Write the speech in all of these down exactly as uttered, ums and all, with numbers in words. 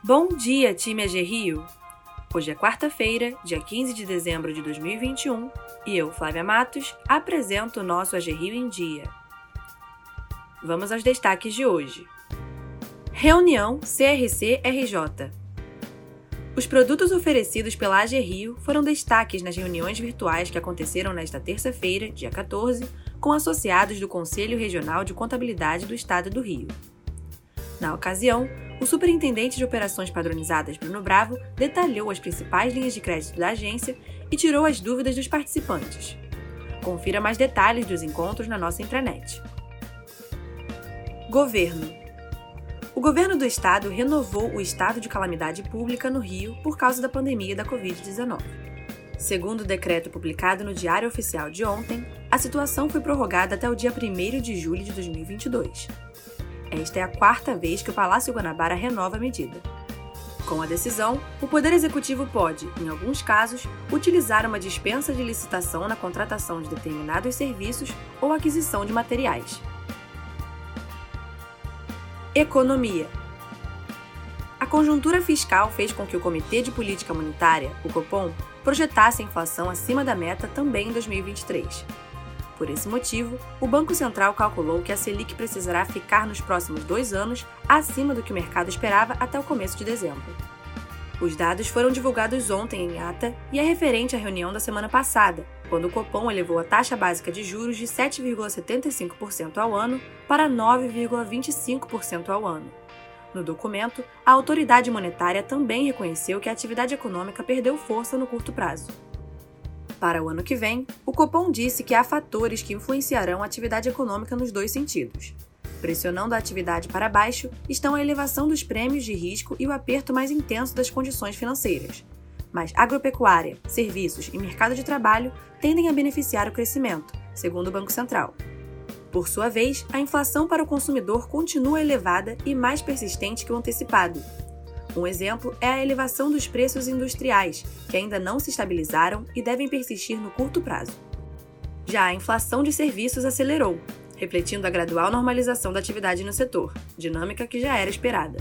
Bom dia, time A G Rio! Hoje é quarta-feira, dia quinze de dezembro de dois mil e vinte e um, e eu, Flávia Matos, apresento o nosso A G Rio em Dia. Vamos aos destaques de hoje. Reunião C R C R J. Os produtos oferecidos pela A G Rio foram destaques nas reuniões virtuais que aconteceram nesta terça-feira, dia quatorze, com associados do Conselho Regional de Contabilidade do Estado do Rio. Na ocasião, o superintendente de operações padronizadas Bruno Bravo detalhou as principais linhas de crédito da agência e tirou as dúvidas dos participantes. Confira mais detalhes dos encontros na nossa intranet. Governo. O governo do estado renovou o estado de calamidade pública no Rio por causa da pandemia da covid dezenove. Segundo o decreto publicado no Diário Oficial de ontem, a situação foi prorrogada até o dia primeiro de julho de dois mil e vinte e dois. Esta é a quarta vez que o Palácio Guanabara renova a medida. Com a decisão, o Poder Executivo pode, em alguns casos, utilizar uma dispensa de licitação na contratação de determinados serviços ou aquisição de materiais. Economia. A conjuntura fiscal fez com que o Comitê de Política Monetária, o Copom, projetasse a inflação acima da meta também em dois mil e vinte e três. Por esse motivo, o Banco Central calculou que a Selic precisará ficar nos próximos dois anos acima do que o mercado esperava até o começo de dezembro. Os dados foram divulgados ontem em ata e é referente à reunião da semana passada, quando o Copom elevou a taxa básica de juros de sete vírgula setenta e cinco por cento ao ano para nove vírgula vinte e cinco por cento ao ano. No documento, a autoridade monetária também reconheceu que a atividade econômica perdeu força no curto prazo. Para o ano que vem, o Copom disse que há fatores que influenciarão a atividade econômica nos dois sentidos. Pressionando a atividade para baixo estão a elevação dos prêmios de risco e o aperto mais intenso das condições financeiras. Mas agropecuária, serviços e mercado de trabalho tendem a beneficiar o crescimento, segundo o Banco Central. Por sua vez, a inflação para o consumidor continua elevada e mais persistente que o antecipado. Um exemplo é a elevação dos preços industriais, que ainda não se estabilizaram e devem persistir no curto prazo. Já a inflação de serviços acelerou, refletindo a gradual normalização da atividade no setor, dinâmica que já era esperada.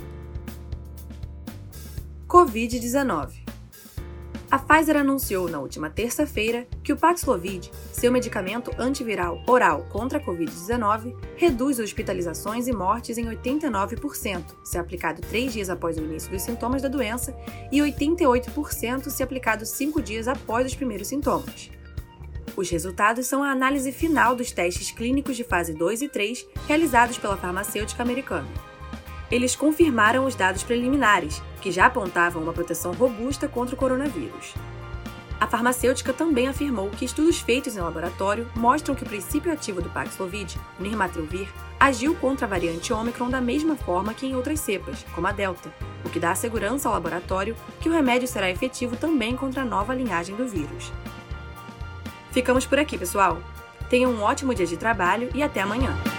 covid dezenove. A Pfizer anunciou na última terça-feira que o Paxlovid, seu medicamento antiviral oral contra a covid dezenove, reduz hospitalizações e mortes em oitenta e nove por cento se aplicado três dias após o início dos sintomas da doença e oitenta e oito por cento se aplicado cinco dias após os primeiros sintomas. Os resultados são a análise final dos testes clínicos de fase dois e três realizados pela farmacêutica americana. Eles confirmaram os dados preliminares, que já apontavam uma proteção robusta contra o coronavírus. A farmacêutica também afirmou que estudos feitos em laboratório mostram que o princípio ativo do Paxlovid, o nirmatrelvir, agiu contra a variante Ômicron da mesma forma que em outras cepas, como a Delta, o que dá a segurança ao laboratório que o remédio será efetivo também contra a nova linhagem do vírus. Ficamos por aqui, pessoal. Tenham um ótimo dia de trabalho e até amanhã!